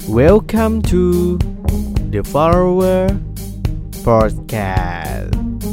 Welcome to the Follower Podcast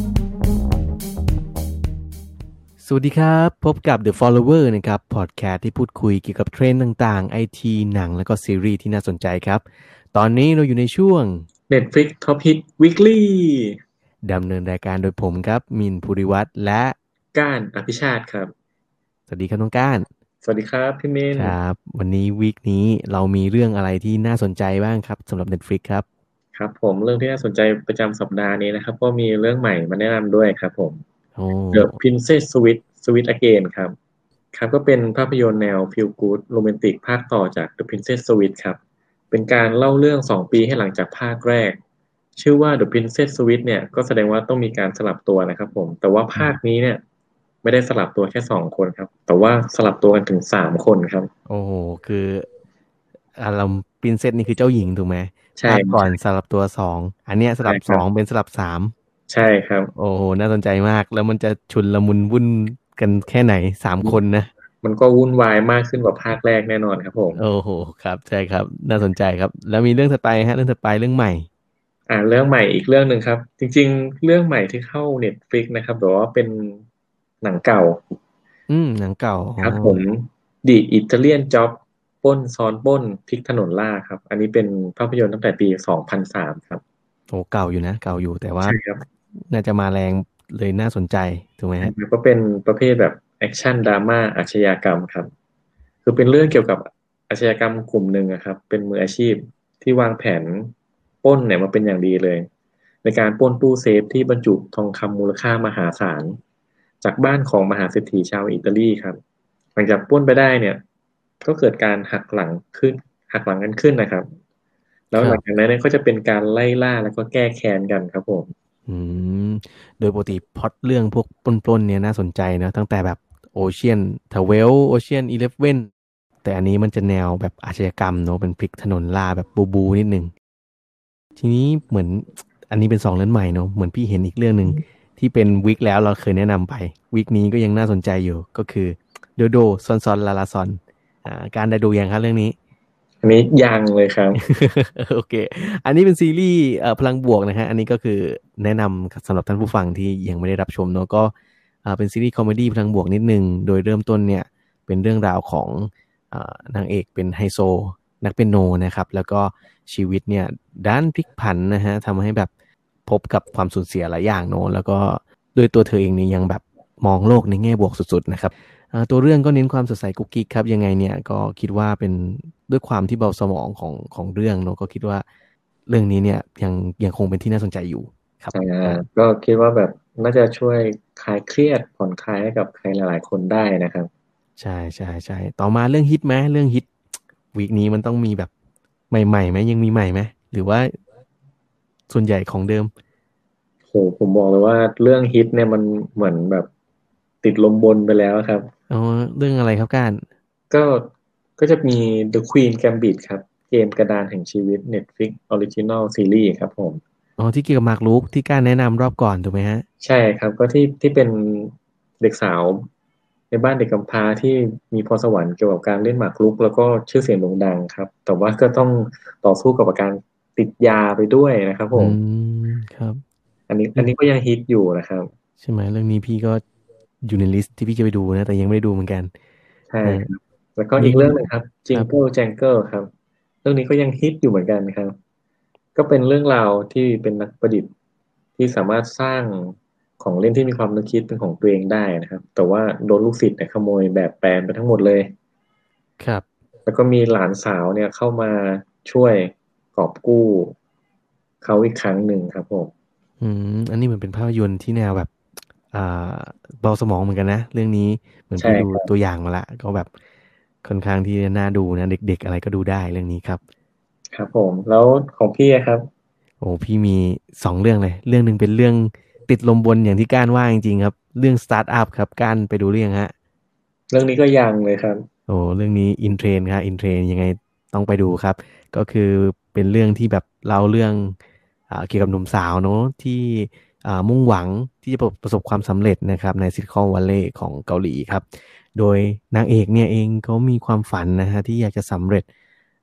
สวัสดีครับพบกับ The Follower นะครับพอดแคสต์ที่พูดคุยเกี่ยวกับเทรนด์ต่างๆ IT หนังและก็ซีรีส์ที่น่าสนใจครับตอนนี้เราอยู่ในช่วง Netflix Top Hit Weekly ดำเนินรายการโดยผมครับมินภูริวัฒน์และก้านอภิชาติครับสวัสดีครับน้องก้านสวัสดีครับพี่มินครับวันนี้วีคนี้เรามีเรื่องอะไรที่น่าสนใจบ้างครับสำหรับ Netflix ครับครับผมเรื่องที่น่าสนใจประจำสัปดาห์นี้นะครับก็มีเรื่องใหม่มาแนะนำด้วยครับผมโอ้ The Princess Switch Again ครับครับก็เป็นภาพยนตร์แนว Feel Good โรแมนติกภาคต่อจาก The Princess Switch ครับเป็นการเล่าเรื่อง2 ปีให้หลังจากภาคแรกชื่อว่า The Princess Switch เนี่ยก็แสดงว่าต้องมีการสลับตัวนะครับผมแต่ว่าภาคนี้เนี่ยไม่ได้สลับตัวแค่2 คนครับแต่ว่าสลับตัวกันถึง3 คนครับโอ้โหคืออารมณ์ปรินเซสนี่คือเจ้าหญิงถูกไหมใช่ภาคก่อนใช่สลับตัวสองอันเนี้ยสลับสใช่ครับองเป็นสลับสามใช่ครับโอ้โหน่าสนใจมากแล้วมันจะชุลมุนวุ่นกันแค่ไหน3 คนนะมันก็วุ่นวายมากขึ้นกว่าภาคแรกแน่นอนครับผมโอ้โหครับใช่ครับน่าสนใจครับแล้วมีเรื่องถัดไปฮะเรื่องถัดไปเรื่องใหม่เรื่องใหม่อีกเรื่องหนึ่งครับจริงๆเรื่องใหม่ที่เข้า Netflix นะครับแต่ว่าเป็นหนังเก่าหนังเก่าอ๋อครับผม The Italian Job ปล้นซ้อนปล้นพลิกถนนล่าครับอันนี้เป็นภาพยนตร์ตั้งแต่ปี2003ครับโอ้เก่าอยู่นะเก่าอยู่แต่ว่าใช่ครับน่าจะมาแรงเลยน่าสนใจถูกไหมฮะแล้วก็เป็นประเภทแบบแอคชั่นดราม่าอาชญากรรมครับคือเป็นเรื่องเกี่ยวกับอาชญากรรมกลุ่มหนึ่งอะครับเป็นมืออาชีพที่วางแผนปล้นเนี่ยมาเป็นอย่างดีเลย ในการปล้นตู้เซฟที่บรรจุทองคำมูลค่ามหาศาลจากบ้านของมหาเศรษฐีชาวอิตาลีครับหลังจากปล้นไปได้เนี่ยก็เกิดการหักหลังกันขึ้นนะครับแล้วหลังจากครับนั้นเนี่ยก็จะเป็นการไล่ล่าแล้วก็แก้แค้นกันครับผมอืมโดยปกติพล็อตเรื่องพวกปล้นๆเนี่ยน่าสนใจนะตั้งแต่แบบโอเชียนทเวลโอเชียน11แต่อันนี้มันจะแนวแบบอาชญากรรมเนอะเป็นพลิกถนนล่าแบบบูนิดนึงทีนี้เหมือนอันนี้เป็น2 เรื่องใหม่เนอะเหมือนพี่เห็นอีกเรื่องหนึ่งที่เป็นวีคแล้วเราเคยแนะนำไปวีคนี้ก็ยังน่าสนใจอยู่ก็คือโดโดซอนซอนลาลาซอนการได้ดูยังครับเรื่องนี้อันนี้ยังเลยครับโอเค อันนี้เป็นซีรีส์พลังบวกนะฮะอันนี้ก็คือแนะนำสำหรับท่านผู้ฟังที่ยังไม่ได้รับชมเนอะก็เป็นซีรีส์คอมเมดี้พลังบวกนิดนึงโดยเริ่มต้นเนี่ยเป็นเรื่องราวของนางเอกเป็นไฮโซนักเปียโนนะครับแล้วก็ชีวิตเนี่ยด้านพลิกผันนะฮะทำให้แบบพบกับความสูญเสียหลายอย่างเนอะแล้วก็โดยตัวเธอเองเนี่ยยังแบบมองโลกในแง่บวกสุดๆนะครับ ตัวเรื่องก็เน้นความสดใสกุ๊กกิ๊กครับยังไงเนี่ยก็คิดว่าเป็นด้วยความที่เบาสมองของเรื่องเนอะก็คิดว่าเรื่องนี้เนี่ยยังคงเป็นที่น่าสนใจอยู่ครับก็คิดว่าแบบน่าจะช่วยคลายเครียดผ่อนคลายให้กับใครหลายๆคนได้นะครับใช่ใช่ใช่ต่อมาเรื่องฮิตไหมเรื่องฮิตวีคนี้มันต้องมีแบบใหม่ๆไหมยังมีใหม่ไหมหรือว่าส่วนใหญ่ของเดิมโหผมบอกเลยว่าเรื่องฮิตเนี่ยมันเหมือนแบบติดลมบนไปแล้วครับอ๋อเรื่องอะไรครับก้านก็ก็จะมี The Queen Gambit ครับเกมกระดานแห่งชีวิต Netflix Original Series ครับผมอ๋อที่เกี่ยวกับหมากรุกที่ก้านแนะนำรอบก่อนถูกไหมฮะใช่ครับก็ที่เป็นเด็กสาวในบ้านเด็กกำพร้าที่มีพรสวรรค์เกี่ยวกับการเล่นหมากรุกแล้วก็ชื่อเสียงโด่งดังครับแต่ว่าก็ต้องต่อสู้กับอาการติดยาไปด้วยนะครับผอืมมครับอันนี้ก็ยังฮิตอยู่นะครับใช่ไหมเรื่องนี้พี่ก็อยู่ในลิสต์ที่พี่จะไปดูนะแต่ยังไม่ได้ดูเหมือนกันใช่ฮะครับแล้วก็มีอีกเรื่องหนึงครับครับ Jingle Jangle ครับเรื่องนี้ก็ยังฮิตอยู่เหมือนกันครับ ก็เป็นเรื่องราวที่เป็นนักประดิษฐ์ที่สามารถสร้างของเล่นที่มีความนึกคิดเป็นของตัวเองได้นะครับแต่ว่าโดนลูกศิษย์เนี่ยขโมยแบบแปลนไปทั้งหมดเลยครับแล้วก็มีหลานสาวเนี่ยเข้ามาช่วยกอบกู้เขาอีกครั้งหนึ่งครับผมอันนี้เหมือนเป็นภาพยนตร์ที่แนวแบบอ่าเบาสมองเหมือนกันนะเรื่องนี้เหมือนใช่พี่ดูครับตัวอย่างมาละก็แบบค่อนข้างที่จะน่าดูนะเด็กๆอะไรก็ดูได้เรื่องนี้ครับครับผมแล้วของพี่อะครับโอ้พี่มี2 เรื่องเลยเรื่องหนึ่งเป็นเรื่องติดลมบนอย่างที่ก้านว่าจริงๆครับเรื่องสตาร์ทอัพครับก้านไปดูเรื่องฮะเรื่องนี้ก็ยังเลยครับโอ้เรื่องนี้อินเทรนครับอินเทรนยังไงต้องไปดูครับก็คือเป็นเรื่องที่แบบเล่าเรื่องเกี่ยวกับหนุ่มสาวเนอะที่มุ่งหวังที่จะประสบความสำเร็จนะครับในซิลิคอนวัลเลย์ของเกาหลีครับโดยนางเอกเนี่ยเองเขามีความฝันนะฮะที่อยากจะสำเร็จ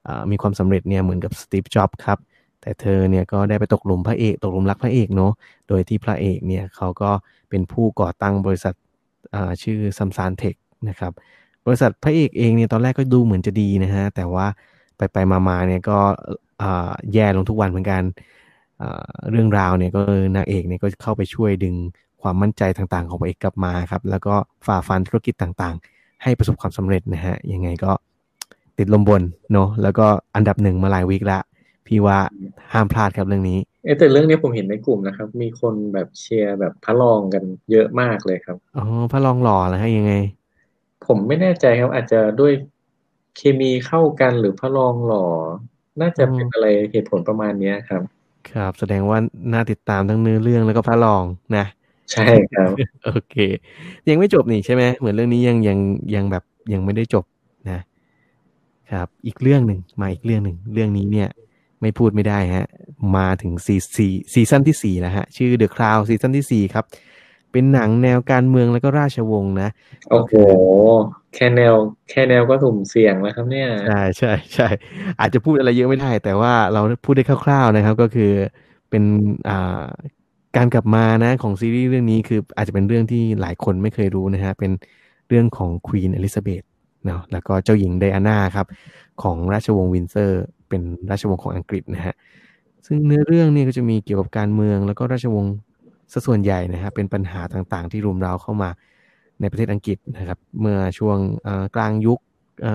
มีความสำเร็จเนี่ยเหมือนกับสตีฟจ็อบส์ครับแต่เธอเนี่ยก็ได้ไปตกหลุมพระเอกตกหลุมรักพระเอกเนาะโดยที่พระเอกเนี่ยเขาก็เป็นผู้ก่อตั้งบริษัทชื่อซัมซานเทคนะครับบริษัทพระเอกเองเนี่ยตอนแรกก็ดูเหมือนจะดีนะฮะแต่ว่าไปมาเนี่ยก็แย่ลงทุกวันเหมือนกันเรื่องราวเนี่ยก็นางเอกเนี่ยก็เข้าไปช่วยดึงความมั่นใจต่างๆของพระเอกกลับมาครับแล้วก็ฝ่าฟันธุรกิจต่างๆให้ประสบความสำเร็จนะฮะยังไงก็ติดลมบนเนาะแล้วก็อันดับหนึ่งมาหลายวีคละพี่ว่าห้ามพลาดครับเรื่องนี้แต่เรื่องนี้ผมเห็นในกลุ่มนะครับมีคนแบบเชียร์แบบพระรองกันเยอะมากเลยครับอ๋อพระรองหล่อแล้วฮะยังไงผมไม่แน่ใจครับอาจจะด้วยเคมีเข้ากันหรือพระรองหล่อน่าอ๋อจะเป็นอะไรเหตุผลประมาณเนี้ยครับครับแสดงว่าน่าติดตามทั้งเนื้อเรื่องแล้วก็พระรองนะใช่ครับโอเคยังไม่จบนี่ใช่ไหมเหมือนเรื่องนี้ยังแบบยังไม่ได้จบนะครับอีกเรื่องหนึ่งมาอีกเรื่องหนึ่งเรื่องนี้เนี่ยไม่พูดไม่ได้ฮะมาถึงซีซั่นที่สี่แล้วฮะชื่อ The Crown ซีซั่นที่สี่ครับเป็นหนังแนวการเมืองแล้วก็ราชวงศ์นะโอ้โหก็คือแค่แนวแค่แนวก็สุ่มเสี่ยงแล้วครับเนี่ยใช่ใช่ใช่อาจจะพูดอะไรเยอะไม่ได้แต่ว่าเราพูดได้คร่าวๆนะครับก็คือเป็นอ่าการกลับมานะของซีรีส์เรื่องนี้คืออาจจะเป็นเรื่องที่หลายคนไม่เคยรู้นะฮะเป็นเรื่องของควีนอลิซาเบธเนาะแล้วก็เจ้าหญิงไดอาน่าครับของราชวงศ์วินเซอร์เป็นราชวงศ์ของอังกฤษนะฮะซึ่งเนื้อเรื่องเนี่ยก็จะมีเกี่ยวกับการเมืองแล้วก็ราชวงศ์ซะส่วนใหญ่นะฮะเป็นปัญหาต่างๆที่รุมเร้าเข้ามาในประเทศอังกฤษนะครับเมื่อช่วงกลางยุค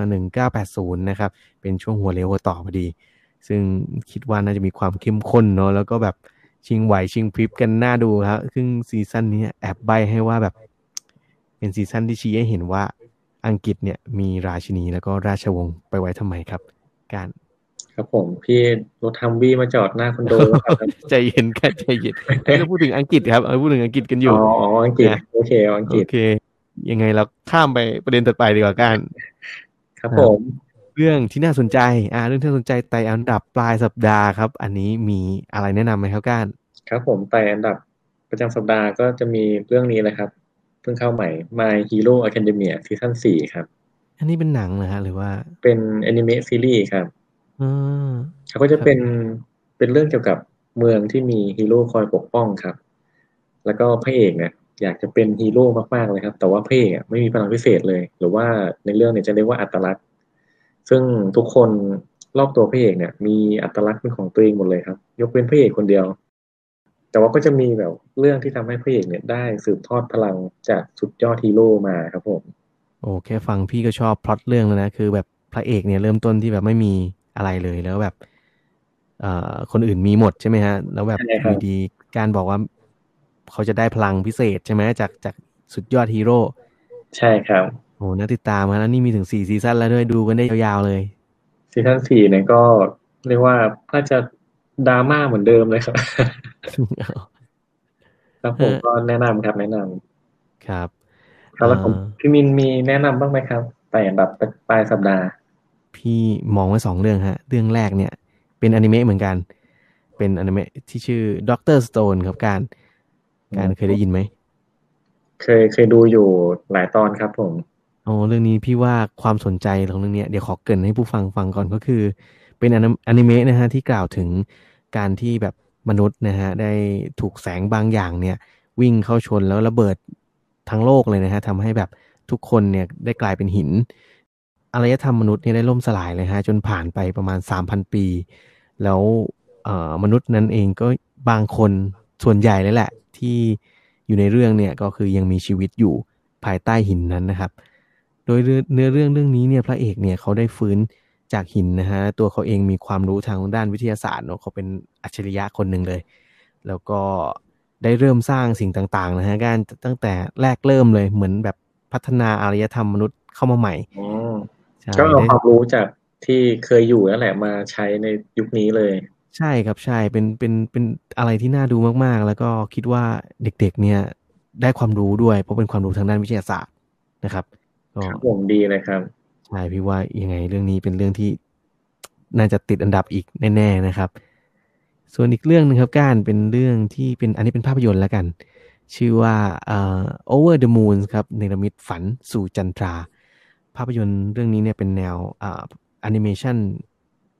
1980นะครับเป็นช่วงหัวเลี้ยวหัวต่อพอดีซึ่งคิดว่าน่าจะมีความเข้มข้นเนาะแล้วก็แบบชิงไหวชิงพริบกันน่าดูครับซึ่งซีซั่นนี้แอบใบให้ว่าแบบเป็นซีซั่นที่ชี้ให้เห็นว่าอังกฤษเนี่ยมีราชินีแล้วก็ราชวงศ์ไปไว้ทำไมครับการครับผมพี่รถฮัมวี่มาจอดหน้าคอนโดหรือเปล่าครับใจเย็นกันใจเย็นอันนี้เราพูดถึงอังกฤษครับเราพูดถึงอังกฤษกันออ๋อยู่อ๋ออังกฤษนะโอเคอังกฤษโอเคยังไงเราข้ามไปประเด็นต่อไปดีกว่ากันครับครับผมเรื่องที่น่าสนใจเรื่องที่น่าสนใจไต่อันดับปลายสัปดาห์ครับ อันนี้มีอะไรแนะนำไหมครับก้านครับผมไต่อันดับประจำสัปดาห์ก็จะมีเรื่องนี้เลยครับเพิ่งเข้าใหม่ My Hero Academia ซีซั่น4ครับอันนี้เป็นหนังเหรอฮะหรือว่าเป็นแอนิเมะซีรีส์ครับอ่าเขาก็ครับจะเป็นเรื่องเกี่ยวกับเมืองที่มีฮีโร่คอยปกป้องครับแล้วก็พระเอกเนี่ยอยากจะเป็นฮีโร่มากๆเลยครับแต่ว่าพระเอกไม่มีพลังพิเศษเลยหรือว่าในเรื่องเนี่ยจะเรียกว่าอัตลักษณ์ซึ่งทุกคนรอบตัวพระเอกเนี่ยมีอัตลักษณ์เป็นของตัวเองหมดเลยครับยกเว้นพระเอกคนเดียวแต่ว่าก็จะมีแบบเรื่องที่ทำให้พระเอกเนี่ยได้สืบทอดพลังจากสุดยอดฮีโร่มาครับผมโอ้แค่ฟังพี่ก็ชอบพล็อตเรื่องแล้วนะคือแบบพระเอกเนี่ยเริ่มต้นที่แบบไม่มีอะไรเลยแล้วแบบคนอื่นมีหมดใช่ไหมฮะแล้วแบบใช่ครับอยู่ดีการบอกว่าเขาจะได้พลังพิเศษใช่ไหมจากสุดยอดฮีโร่ใช่ครับโอ้น่าติดตามมาแล้วนี่มีถึง4 ซีซั่นแล้วด้วยดูกันได้ยาวๆเลยซีซั่น4เนี่ยก็เรียกว่าน่าจะดราม่าเหมือนเดิมเลยครับ ครับผมก็แนะนำครับแนะนครับำครับแล้วผมพี่มินมีแนะนำบ้างไหมครับแต่แบบปลายสัปดาห์พี่มองไว้2 เรื่องฮะเรื่องแรกเนี่ยเป็นอนิเมะเหมือนกันเป็นอนิเมะที่ชื่อด็อกเตอร์สโตนครับการเคยได้ยินไหมเคยดูอยู่หลายตอนครับผมอ๋อเรื่องนี้พี่ว่าความสนใจของเรื่องเนี้ยเดี๋ยวขอเกริ่นให้ผู้ฟังฟังก่อนก็คือเป็นอนิเมะนะฮะที่กล่าวถึงการที่แบบมนุษย์นะฮะได้ถูกแสงบางอย่างเนี่ยวิ่งเข้าชนแล้วระเบิดทั้งโลกเลยนะฮะทำให้แบบทุกคนเนี่ยได้กลายเป็นหิน อารยธรรมมนุษย์เนี่ยได้ล่มสลายเลยฮะจนผ่านไปประมาณ3,000ปีแล้วมนุษย์นั้นเองก็บางคนส่วนใหญ่เลยแหละที่อยู่ในเรื่องเนี่ยก็คือยังมีชีวิตอยู่ภายใต้หินนั้นนะครับโดยเนื้อเรื่องนี้เนี่ยพระเอกเนี่ยเขาได้ฟื้นจากหินนะฮะตัวเขาเองมีความรู้ทางด้านวิทยาศาสตร์เนอะเขาเป็นอัจฉริยะคนหนึ่งเลยแล้วก็ได้เริ่มสร้างสิ่งต่างๆนะฮะการตั้งแต่แรกเริ่มเลยเหมือนแบบพัฒนาอารยธรรมมนุษย์เข้ามาใหม่อ๋อใช่ก็เอาได้ความรู้จากที่เคยอยู่นั่นแหละมาใช้ในยุคนี้เลยใช่ครับใช่เป็นอะไรที่น่าดูมากๆแล้วก็คิดว่าเด็กๆเนี่ยได้ความรู้ด้วยเพราะเป็นความรู้ทางด้านวิทยาศาสตร์นะครับก็ครับผมดีเลยครับใช่พี่ว่ายังไงเรื่องนี้เป็นเรื่องที่น่าจะติดอันดับอีกแน่ๆนะครับส่วนอีกเรื่องหนึงครับก้านเป็นเรื่องที่เป็นอันนี้เป็นภาพยนตร์แล้วกันชื่อว่าOver the Moon ครับเนรมิตฝันสู่จันทราภาพยนตร์เรื่องนี้เนี่ยเป็นแนวแอนิเมชัน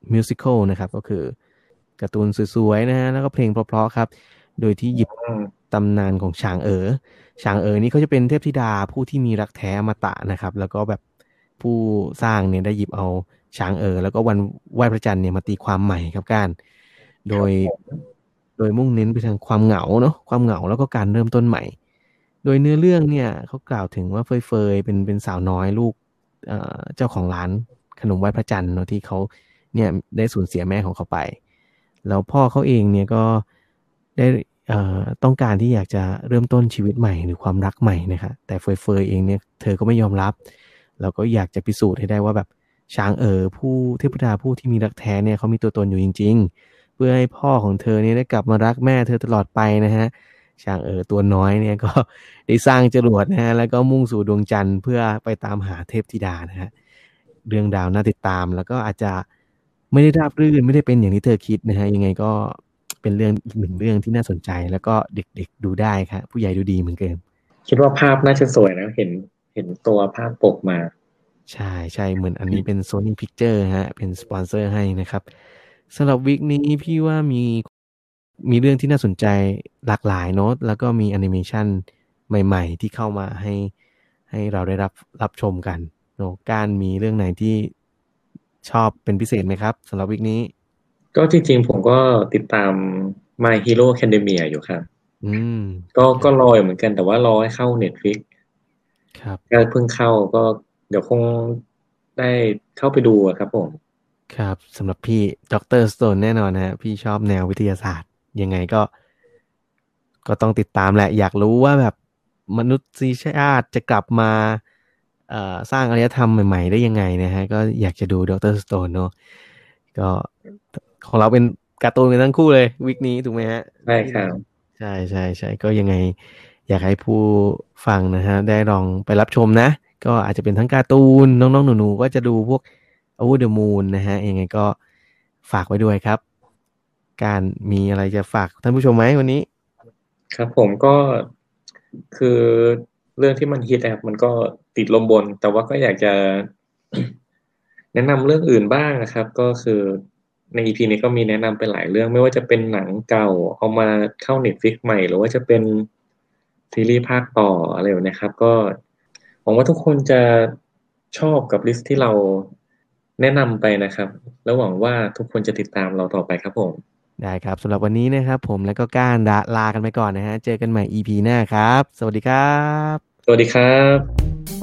มิวสิคลนะครับก็คือการ์ตูนสวยๆนะฮะแล้วก็เพลงเพราะๆครับโดยที่หยิบอืมตำนานของฉางเอ๋อนี่เขาจะเป็นเทพธิดาผู้ที่มีรักแท้อมตะนะครับแล้วก็แบบผู้สร้างเนี่ยได้หยิบเอาฉางเอ๋อแล้วก็วันไหว้พระจันทร์เนี่ยมาตีความใหม่ครับการโดยครับผมโดยมุ่งเน้นไปทางความเหงาเนาะความเหงาแล้วก็การเริ่มต้นใหม่โดยเนื้อเรื่องเนี่ยเขากล่าวถึงว่าเฟยเป็นสาวน้อยลูกเจ้าของร้านขนมไหว้พระจันทร์เนาะที่เขาเนี่ยได้สูญเสียแม่ของเขาไปแล้วพ่อเขาเองเนี่ยก็ได้ต้องการที่อยากจะเริ่มต้นชีวิตใหม่หรือความรักใหม่นะครับแต่เฟยเองเนี่ยเธอก็ไม่ยอมรับแล้วก็อยากจะพิสูจน์ให้ได้ว่าแบบช้างผู้เทพธิดาผู้ที่มีรักแท้เนี่ยเขามีตัวตนอยู่จริงๆเพื่อให้พ่อของเธอเนี่ยได้กลับมารักแม่เธอตลอดไปนะฮะช้างตัวน้อยเนี่ยก็ได้สร้างจรวดนะฮะแล้วก็มุ่งสู่ดวงจันทร์เพื่อไปตามหาเทพธิดานะฮะเรื่องราวน่าติดตามแล้วก็อาจจะไม่ได้ราบรื่นไม่ได้เป็นอย่างที่เธอคิดนะฮะยังไงก็เป็นเรื่องอีกหนึ่งเรื่องที่น่าสนใจแล้วก็เด็กๆดูได้ครับผู้ใหญ่ดูดีเหมือนกันคิดว่าภาพน่าจะสวยนะเห็นตัวภาพปกมาใช่ใช่เหมือนอันนี้เป็น Sony Picture ฮะเป็นสปอนเซอร์ให้นะครับสำหรับวีคนี้พี่ว่ามีเรื่องที่น่าสนใจหลากหลายเนอะแล้วก็มีแอนิเมชันใหม่ๆที่เข้ามาให้เราได้รับชมกันเนอะการมีเรื่องไหนที่ชอบเป็นพิเศษไหมครับสำหรับวีคนี้ก็จริงๆผมก็ติดตาม My Hero Academia อยู่ครับอืมก็ครับรออยู่เหมือนกันแต่ว่ารอให้เข้า Netflix ครับก็เพิ่งเข้าก็เดี๋ยวคงได้เข้าไปดูอะครับผมครับสำหรับพี่ด็อกเตอร์สโตนแน่นอนนะฮะพี่ชอบแนววิทยาศาสตร์ยังไงก็ต้องติดตามแหละอยากรู้ว่าแบบมนุษยชาติจะกลับมาสร้างอารยธรรมใหม่ๆได้ยังไงนะฮะก็อยากจะดูด็อกเตอร์สโตนเนาะก็ของเราเป็นการ์ตูนกันทั้งคู่เลยวีคนี้ถูกไหมฮะที่เราได้ครับใช่ใช่ใช่ก็ยังไงอยากให้ผู้ฟังนะฮะได้ลองไปรับชมนะก็อาจจะเป็นทั้งการ์ตูนน้องๆหนูๆก็จะดูพวก Over the Moon นะฮะยังไงก็ฝากไว้ด้วยครับการมีอะไรจะฝากท่านผู้ชมไหมวันนี้ครับผมก็คือเรื่องที่มันฮิตนะครับมันก็ติดลมบนแต่ว่าก็อยากจะแนะนำเรื่องอื่นบ้างนะครับก็คือใน EP นี้ก็มีแนะนำไปหลายเรื่องไม่ว่าจะเป็นหนังเก่าเอามาเข้า Netflix ใหม่หรือว่าจะเป็นซีรีส์ภาคต่ออะไรแบบนี้ครับก็หวังว่าทุกคนจะชอบกับลิสต์ที่เราแนะนำไปนะครับแล้วหวังว่าทุกคนจะติดตามเราต่อไปครับผมได้ครับสำหรับวันนี้นะครับผมและก็ก้านลากันไปก่อนนะฮะเจอกันใหม่ EP หน้าครับสวัสดีครับสวัสดีครับ